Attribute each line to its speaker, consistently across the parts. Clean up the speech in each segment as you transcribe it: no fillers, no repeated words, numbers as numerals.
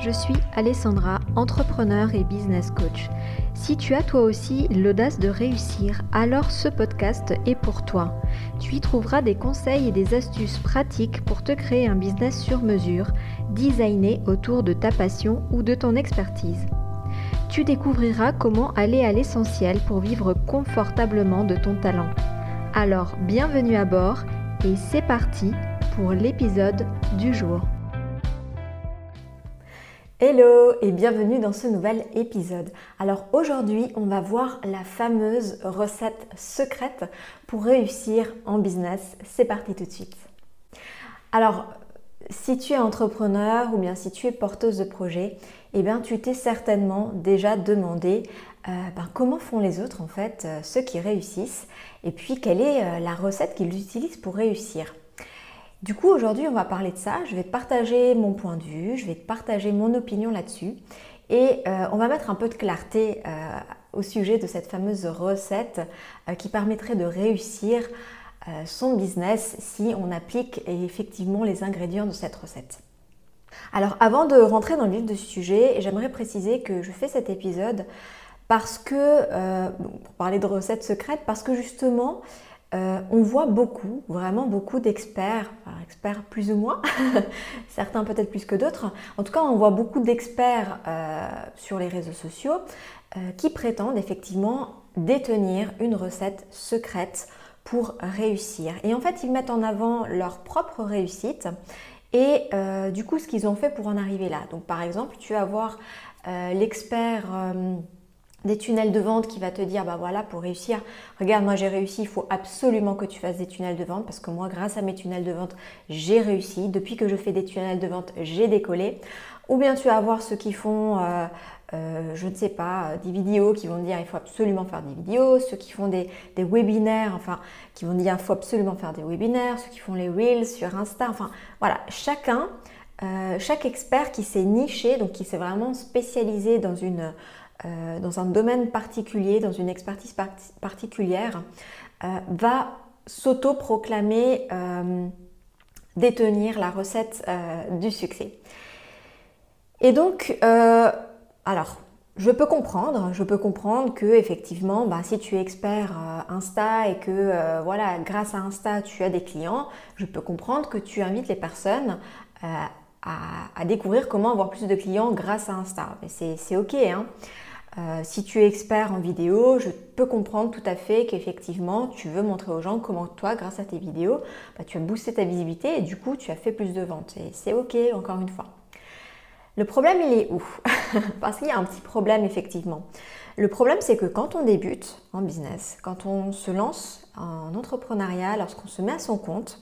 Speaker 1: je suis Alessandra, entrepreneur et business coach. Si tu as toi aussi l'audace de réussir, alors ce podcast est pour toi. Tu y trouveras des conseils et des astuces pratiques pour te créer un business sur mesure, designé autour de ta passion ou de ton expertise. Tu découvriras comment aller à l'essentiel pour vivre confortablement de ton talent. Alors, bienvenue à bord et c'est parti pour l'épisode du jour.
Speaker 2: Hello et bienvenue dans ce nouvel épisode. Alors aujourd'hui, on va voir la fameuse recette secrète pour réussir en business. C'est parti tout de suite. Alors, si tu es entrepreneur ou bien si tu es porteuse de projet, eh bien tu t'es certainement déjà demandé comment font les autres en fait, ceux qui réussissent, et puis quelle est la recette qu'ils utilisent pour réussir. Du coup, aujourd'hui, on va parler de ça. Je vais te partager mon point de vue, je vais te partager mon opinion là-dessus et on va mettre un peu de clarté au sujet de cette fameuse recette qui permettrait de réussir son business si on applique effectivement les ingrédients de cette recette. Alors, avant de rentrer dans le vif du sujet, j'aimerais préciser que je fais cet épisode parce que, pour parler de recettes secrètes, parce que justement, on voit beaucoup, vraiment beaucoup d'experts, experts plus ou moins, certains peut-être plus que d'autres. En tout cas, on voit beaucoup d'experts sur les réseaux sociaux qui prétendent effectivement détenir une recette secrète pour réussir. Et en fait, ils mettent en avant leur propre réussite et du coup, ce qu'ils ont fait pour en arriver là. Donc, par exemple, tu vas voir l'expert des tunnels de vente qui va te dire, bah voilà, pour réussir, regarde, moi j'ai réussi, il faut absolument que tu fasses des tunnels de vente parce que moi, grâce à mes tunnels de vente, j'ai réussi. Depuis que je fais des tunnels de vente, j'ai décollé. Ou bien tu vas voir ceux qui font, je ne sais pas, des vidéos qui vont dire, il faut absolument faire des vidéos. Ceux qui font des webinaires, enfin, qui vont dire, il faut absolument faire des webinaires. Ceux qui font les Reels sur Insta, enfin, voilà, chaque expert qui s'est niché, donc qui s'est vraiment spécialisé dans un domaine particulier, dans une expertise particulière, va s'auto-proclamer détenir la recette du succès. Et donc, alors, je peux comprendre que effectivement, si tu es expert Insta et que voilà, grâce à Insta, tu as des clients, je peux comprendre que tu invites les personnes à découvrir comment avoir plus de clients grâce à Insta. C'est ok, hein. Si tu es expert en vidéo, je peux comprendre tout à fait qu'effectivement, tu veux montrer aux gens comment toi, grâce à tes vidéos, tu as boosté ta visibilité et du coup, tu as fait plus de ventes. Et c'est ok, encore une fois. Le problème, il est où? Parce qu'il y a un petit problème, effectivement. Le problème, c'est que quand on débute en business, quand on se lance en entrepreneuriat, lorsqu'on se met à son compte,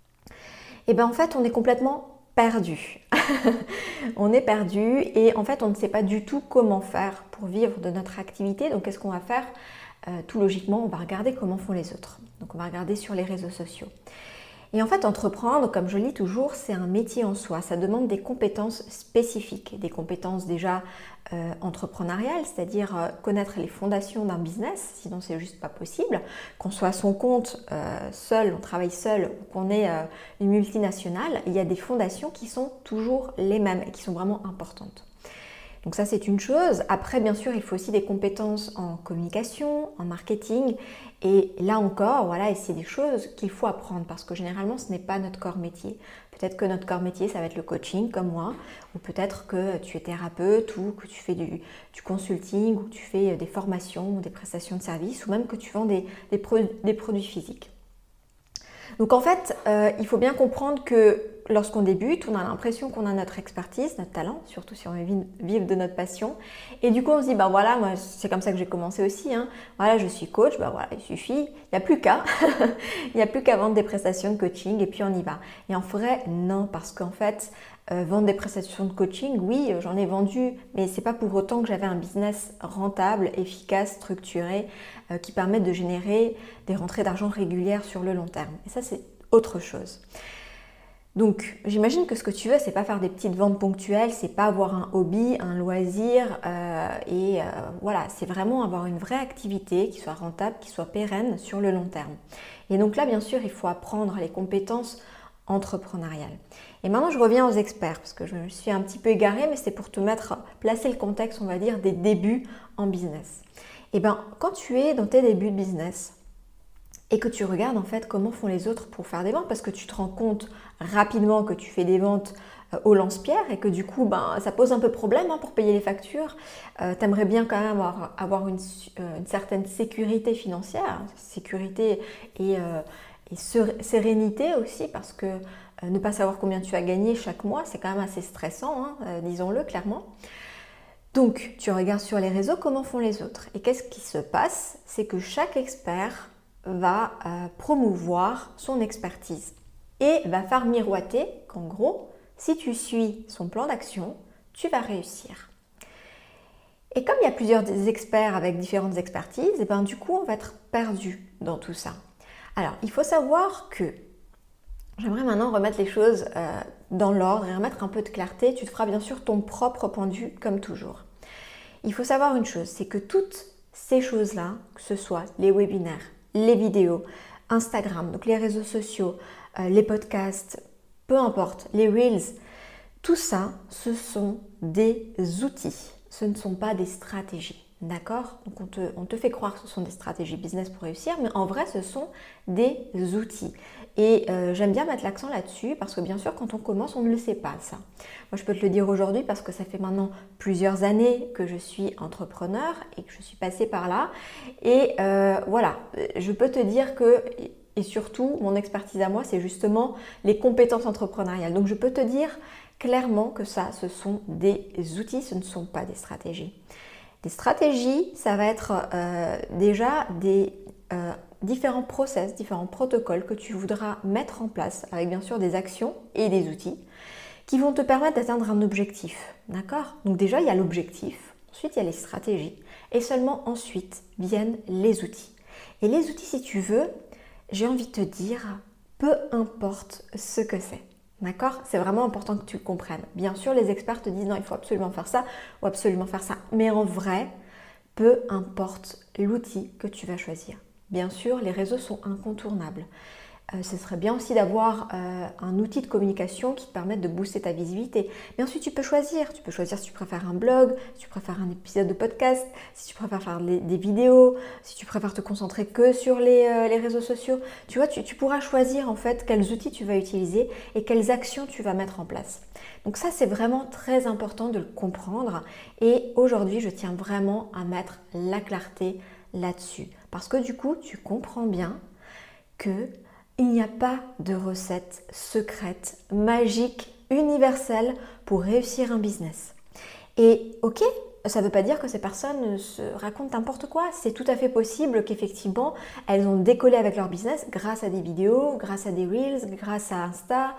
Speaker 2: en fait, on est complètement perdu. On est perdu et en fait on ne sait pas du tout comment faire pour vivre de notre activité. Donc qu'est-ce qu'on va faire? Tout logiquement, on va regarder comment font les autres. Donc on va regarder sur les réseaux sociaux. Et en fait, entreprendre, comme je le dis toujours, c'est un métier en soi. Ça demande des compétences spécifiques, des compétences déjà entrepreneuriales, c'est-à-dire connaître les fondations d'un business, sinon c'est juste pas possible. Qu'on soit à son compte seul, on travaille seul, ou qu'on est une multinationale, il y a des fondations qui sont toujours les mêmes et qui sont vraiment importantes. Donc ça, c'est une chose. Après, bien sûr, il faut aussi des compétences en communication, en marketing. Et là encore, voilà, et c'est des choses qu'il faut apprendre parce que généralement, ce n'est pas notre corps métier. Peut-être que notre corps métier, ça va être le coaching, comme moi. Ou peut-être que tu es thérapeute ou que tu fais du consulting ou que tu fais des formations ou des prestations de services ou même que tu vends des produits physiques. Donc en fait, il faut bien comprendre que lorsqu'on débute, on a l'impression qu'on a notre expertise, notre talent, surtout si on veut vivre de notre passion. Et du coup, on se dit, voilà, moi, c'est comme ça que j'ai commencé aussi. Hein. Voilà, je suis coach, voilà, il suffit, il n'y a plus qu'à. Il n'y a plus qu'à vendre des prestations de coaching et puis on y va. Et en vrai, non, parce qu'en fait, vendre des prestations de coaching, oui, j'en ai vendu, mais c'est pas pour autant que j'avais un business rentable, efficace, structuré, qui permette de générer des rentrées d'argent régulières sur le long terme. Et ça, c'est autre chose. Donc, j'imagine que ce que tu veux, c'est pas faire des petites ventes ponctuelles, c'est pas avoir un hobby, un loisir, voilà, c'est vraiment avoir une vraie activité qui soit rentable, qui soit pérenne sur le long terme. Et donc là, bien sûr, il faut apprendre les compétences entrepreneurial. Et maintenant, je reviens aux experts parce que je me suis un petit peu égarée, mais c'est pour te placer le contexte, on va dire, des débuts en business. Et bien, quand tu es dans tes débuts de business et que tu regardes en fait comment font les autres pour faire des ventes, parce que tu te rends compte rapidement que tu fais des ventes au lance-pierre et que du coup, ça pose un peu problème pour payer les factures. Tu aimerais bien quand même avoir une certaine sécurité financière, sécurité et sérénité aussi, parce que ne pas savoir combien tu as gagné chaque mois, c'est quand même assez stressant, disons-le clairement. Donc, tu regardes sur les réseaux comment font les autres. Et qu'est-ce qui se passe? C'est que chaque expert va promouvoir son expertise et va faire miroiter qu'en gros, si tu suis son plan d'action, tu vas réussir. Et comme il y a plusieurs experts avec différentes expertises, et du coup, on va être perdu dans tout ça. Alors, il faut savoir que j'aimerais maintenant remettre les choses dans l'ordre et remettre un peu de clarté. Tu te feras bien sûr ton propre point de vue, comme toujours. Il faut savoir une chose, c'est que toutes ces choses-là, que ce soit les webinaires, les vidéos, Instagram, donc les réseaux sociaux, les podcasts, peu importe, les Reels, tout ça, ce sont des outils, ce ne sont pas des stratégies. D'accord? Donc on te fait croire que ce sont des stratégies business pour réussir, mais en vrai ce sont des outils. Et j'aime bien mettre l'accent là-dessus parce que bien sûr quand on commence on ne le sait pas ça. Moi je peux te le dire aujourd'hui parce que ça fait maintenant plusieurs années que je suis entrepreneur et que je suis passée par là. Et voilà, je peux te dire que, et surtout mon expertise à moi c'est justement les compétences entrepreneuriales. Donc je peux te dire clairement que ça ce sont des outils, ce ne sont pas des stratégies. Des stratégies, ça va être déjà des différents process, différents protocoles que tu voudras mettre en place avec bien sûr des actions et des outils qui vont te permettre d'atteindre un objectif. D'accord? Donc déjà, il y a l'objectif, ensuite il y a les stratégies et seulement ensuite viennent les outils. Et les outils, si tu veux, j'ai envie de te dire, peu importe ce que c'est. D'accord? C'est vraiment important que tu le comprennes. Bien sûr, les experts te disent non, il faut absolument faire ça ou absolument faire ça. Mais en vrai, peu importe l'outil que tu vas choisir. Bien sûr, les réseaux sont incontournables. Ce serait bien aussi d'avoir un outil de communication qui te permette de booster ta visibilité. Mais ensuite, tu peux choisir. Tu peux choisir si tu préfères un blog, si tu préfères un épisode de podcast, si tu préfères faire des vidéos, si tu préfères te concentrer que sur les réseaux sociaux. Tu vois, tu pourras choisir en fait quels outils tu vas utiliser et quelles actions tu vas mettre en place. Donc ça, c'est vraiment très important de le comprendre. Et aujourd'hui, je tiens vraiment à mettre la clarté là-dessus. Parce que du coup, tu comprends bien que il n'y a pas de recette secrète, magique, universelle pour réussir un business. Et ok, ça ne veut pas dire que ces personnes se racontent n'importe quoi. C'est tout à fait possible qu'effectivement, elles ont décollé avec leur business grâce à des vidéos, grâce à des Reels, grâce à Insta,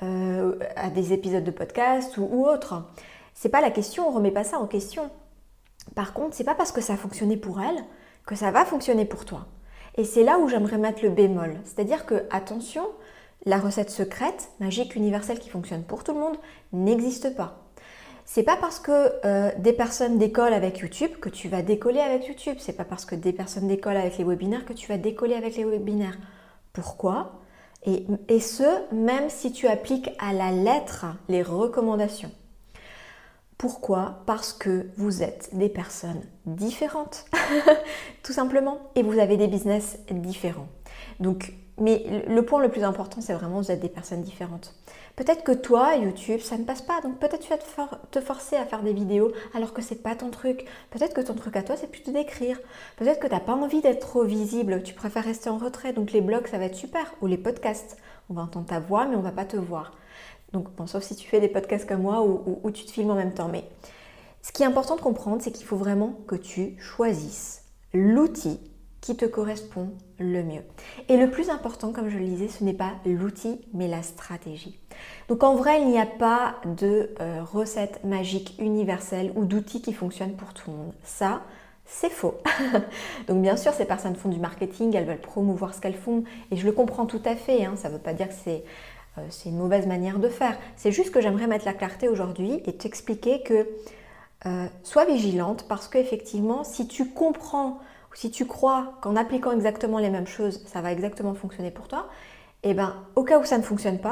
Speaker 2: à des épisodes de podcast ou autre. C'est pas la question, on ne remet pas ça en question. Par contre, c'est pas parce que ça a fonctionné pour elles que ça va fonctionner pour toi. Et c'est là où j'aimerais mettre le bémol. C'est-à-dire que, attention, la recette secrète, magique, universelle qui fonctionne pour tout le monde n'existe pas. C'est pas parce que des personnes décollent avec YouTube que tu vas décoller avec YouTube. C'est pas parce que des personnes décollent avec les webinaires que tu vas décoller avec les webinaires. Pourquoi? Et ce, même si tu appliques à la lettre les recommandations. Pourquoi? Parce que vous êtes des personnes différentes, tout simplement, et vous avez des business différents. Donc, mais le point le plus important, c'est vraiment que vous êtes des personnes différentes. Peut-être que toi, YouTube, ça ne passe pas, donc peut-être tu vas te forcer à faire des vidéos alors que c'est pas ton truc. Peut-être que ton truc à toi, c'est plutôt d'écrire. Peut-être que tu n'as pas envie d'être trop visible, tu préfères rester en retrait, donc les blogs, ça va être super, ou les podcasts. On va entendre ta voix, mais on ne va pas te voir. Donc, bon, sauf si tu fais des podcasts comme moi ou tu te filmes en même temps. Mais ce qui est important de comprendre, c'est qu'il faut vraiment que tu choisisses l'outil qui te correspond le mieux. Et le plus important, comme je le disais, ce n'est pas l'outil, mais la stratégie. Donc en vrai, il n'y a pas de recette magique universelle ou d'outil qui fonctionne pour tout le monde. Ça, c'est faux. Donc bien sûr, ces personnes font du marketing, elles veulent promouvoir ce qu'elles font et je le comprends tout à fait. Ça ne veut pas dire que c'est une mauvaise manière de faire. C'est juste que j'aimerais mettre la clarté aujourd'hui et t'expliquer que sois vigilante parce qu'effectivement, si tu comprends ou si tu crois qu'en appliquant exactement les mêmes choses, ça va exactement fonctionner pour toi, et bien au cas où ça ne fonctionne pas,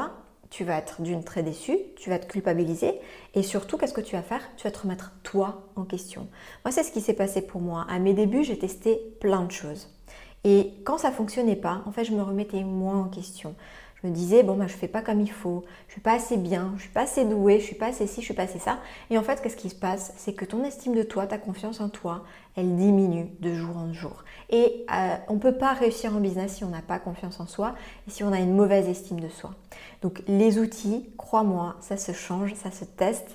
Speaker 2: tu vas être très déçu, tu vas te culpabiliser et surtout, qu'est-ce que tu vas faire? Tu vas te remettre toi en question. Moi, c'est ce qui s'est passé pour moi. À mes débuts, j'ai testé plein de choses. Et quand ça ne fonctionnait pas, en fait, je me remettais moi en question. Je me disais, bon, je ne fais pas comme il faut, je ne suis pas assez bien, je ne suis pas assez douée, je ne suis pas assez ci, je ne suis pas assez ça. Et en fait, qu'est-ce qui se passe? C'est que ton estime de toi, ta confiance en toi, elle diminue de jour en jour. Et on ne peut pas réussir en business si on n'a pas confiance en soi et si on a une mauvaise estime de soi. Donc les outils, crois-moi, ça se change, ça se teste.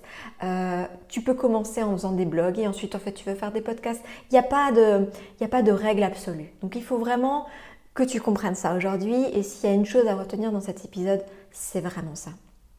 Speaker 2: Tu peux commencer en faisant des blogs et ensuite, en fait, tu veux faire des podcasts. Il n'y a pas de règle absolue. Donc il faut vraiment que tu comprennes ça aujourd'hui, et s'il y a une chose à retenir dans cet épisode, c'est vraiment ça.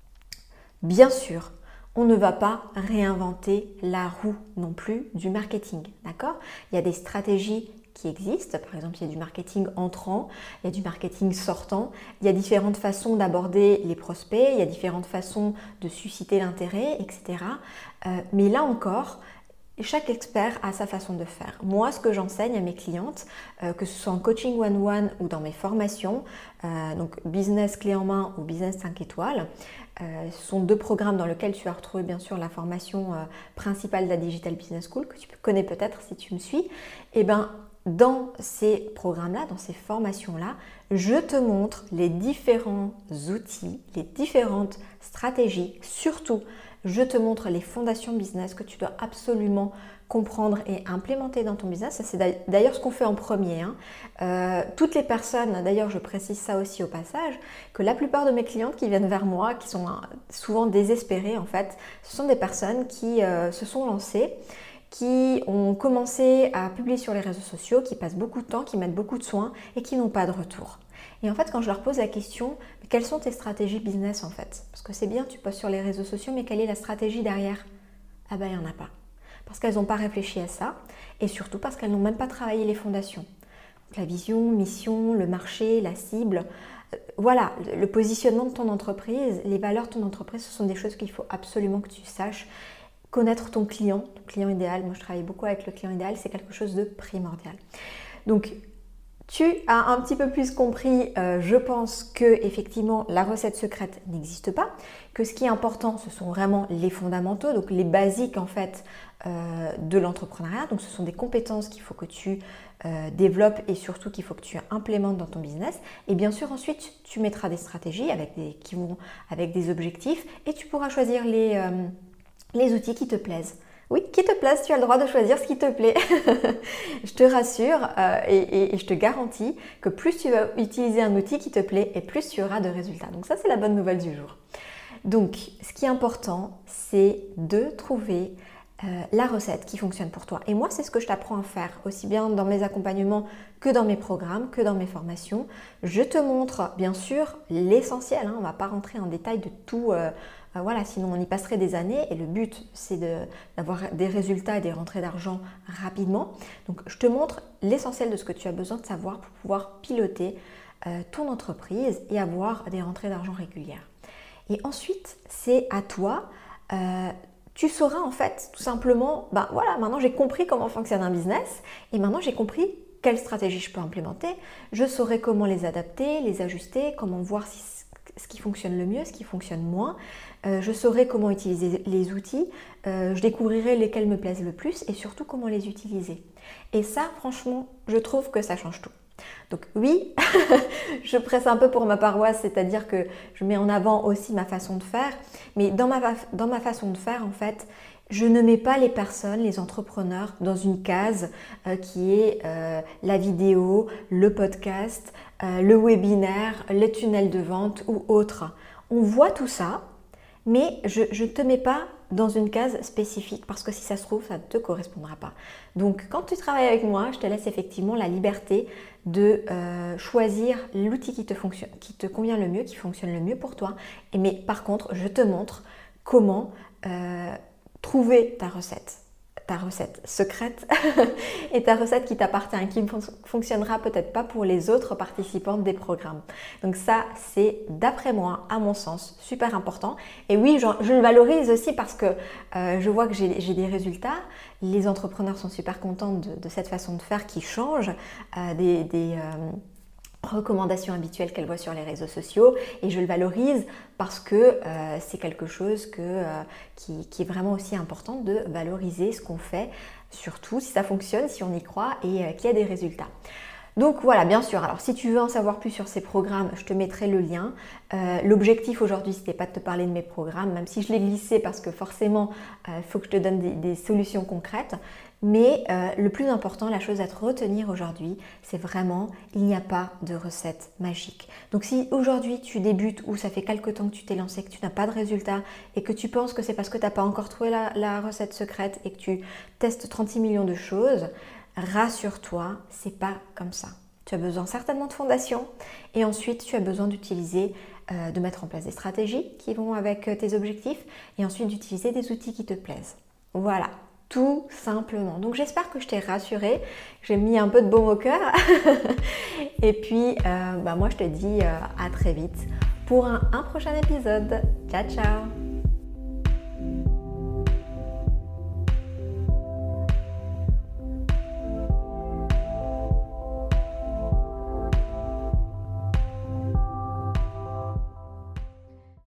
Speaker 2: Bien sûr, on ne va pas réinventer la roue non plus du marketing, d'accord? Il y a des stratégies qui existent, par exemple, il y a du marketing entrant, il y a du marketing sortant, il y a différentes façons d'aborder les prospects, il y a différentes façons de susciter l'intérêt, etc. Mais là encore, chaque expert a sa façon de faire. Moi, ce que j'enseigne à mes clientes, que ce soit en coaching one-one ou dans mes formations, donc business clé en main ou business 5 étoiles, ce sont 2 programmes dans lesquels tu vas retrouver bien sûr la formation principale de la Digital Business School, que tu connais peut-être si tu me suis. Et bien, dans ces programmes-là, dans ces formations-là, je te montre les différents outils, les différentes stratégies, surtout je te montre les fondations business que tu dois absolument comprendre et implémenter dans ton business. Ça, c'est d'ailleurs ce qu'on fait en premier. Toutes les personnes, d'ailleurs je précise ça aussi au passage, que la plupart de mes clientes qui viennent vers moi, qui sont souvent désespérées en fait, ce sont des personnes qui se sont lancées, qui ont commencé à publier sur les réseaux sociaux, qui passent beaucoup de temps, qui mettent beaucoup de soins et qui n'ont pas de retour. Et en fait, quand je leur pose la question, quelles sont tes stratégies business en fait? Parce que c'est bien, tu postes sur les réseaux sociaux, mais quelle est la stratégie derrière? Ah ben, il n'y en a pas. Parce qu'elles n'ont pas réfléchi à ça et surtout parce qu'elles n'ont même pas travaillé les fondations. Donc, la vision, mission, le marché, la cible, voilà, le positionnement de ton entreprise, les valeurs de ton entreprise, ce sont des choses qu'il faut absolument que tu saches. Connaître ton client idéal, moi je travaille beaucoup avec le client idéal, c'est quelque chose de primordial. Donc, tu as un petit peu plus compris, je pense que effectivement la recette secrète n'existe pas, que ce qui est important ce sont vraiment les fondamentaux, donc les basiques en fait de l'entrepreneuriat. Donc ce sont des compétences qu'il faut que tu développes et surtout qu'il faut que tu implémentes dans ton business. Et bien sûr ensuite tu mettras des stratégies qui vont avec des objectifs et tu pourras choisir les outils qui te plaisent. Oui, qui te plaise, tu as le droit de choisir ce qui te plaît. Je te rassure et je te garantis que plus tu vas utiliser un outil qui te plaît et plus tu auras de résultats. Donc ça, c'est la bonne nouvelle du jour. Donc, ce qui est important, c'est de trouver la recette qui fonctionne pour toi. Et moi, c'est ce que je t'apprends à faire, aussi bien dans mes accompagnements que dans mes programmes, que dans mes formations. Je te montre, bien sûr, l'essentiel. On ne va pas rentrer en détail de tout. Voilà, sinon on y passerait des années et le but c'est d'avoir des résultats et des rentrées d'argent rapidement. Donc je te montre l'essentiel de ce que tu as besoin de savoir pour pouvoir piloter ton entreprise et avoir des rentrées d'argent régulières. Et ensuite c'est à toi, tu sauras en fait tout simplement, voilà, maintenant j'ai compris comment fonctionne un business et maintenant j'ai compris quelle stratégie je peux implémenter, je saurai comment les adapter, les ajuster, comment voir ce qui fonctionne le mieux, ce qui fonctionne moins. Je saurai comment utiliser les outils, je découvrirai lesquels me plaisent le plus et surtout comment les utiliser. Et ça, franchement, je trouve que ça change tout. Donc oui, je presse un peu pour ma paroisse, c'est-à-dire que je mets en avant aussi ma façon de faire, mais dans ma façon de faire, en fait, je ne mets pas les personnes, les entrepreneurs, dans une case qui est la vidéo, le podcast, le webinaire, le tunnel de vente ou autre. On voit tout ça, mais je ne te mets pas dans une case spécifique parce que si ça se trouve, ça ne te correspondra pas. Donc, quand tu travailles avec moi, je te laisse effectivement la liberté de choisir l'outil qui te convient le mieux, qui fonctionne le mieux pour toi. Mais par contre, je te montre comment trouver ta recette secrète et ta recette qui t'appartient, qui ne fonctionnera peut-être pas pour les autres participantes des programmes. Donc ça, c'est d'après moi, à mon sens, super important. Et oui, je le valorise aussi parce que je vois que j'ai des résultats. Les entrepreneurs sont super contents de cette façon de faire qui change, recommandations habituelles qu'elle voit sur les réseaux sociaux et je le valorise parce que c'est quelque chose qui est vraiment aussi important de valoriser ce qu'on fait, surtout si ça fonctionne, si on y croit et qu'il y a des résultats. Donc voilà, bien sûr, alors si tu veux en savoir plus sur ces programmes, je te mettrai le lien. L'objectif aujourd'hui, c'était pas de te parler de mes programmes, même si je l'ai glissé parce que forcément, il faut que je te donne des solutions concrètes. Mais le plus important, la chose à te retenir aujourd'hui, c'est vraiment, il n'y a pas de recette magique. Donc si aujourd'hui tu débutes ou ça fait quelque temps que tu t'es lancé, que tu n'as pas de résultat et que tu penses que c'est parce que tu n'as pas encore trouvé la recette secrète et que tu testes 36 millions de choses, rassure-toi, c'est pas comme ça. Tu as besoin certainement de fondation et ensuite tu as besoin d'utiliser, de mettre en place des stratégies qui vont avec tes objectifs et ensuite d'utiliser des outils qui te plaisent. Voilà, tout simplement. Donc j'espère que je t'ai rassurée, j'ai mis un peu de baume au cœur et puis moi je te dis à très vite pour un prochain épisode. Ciao ciao.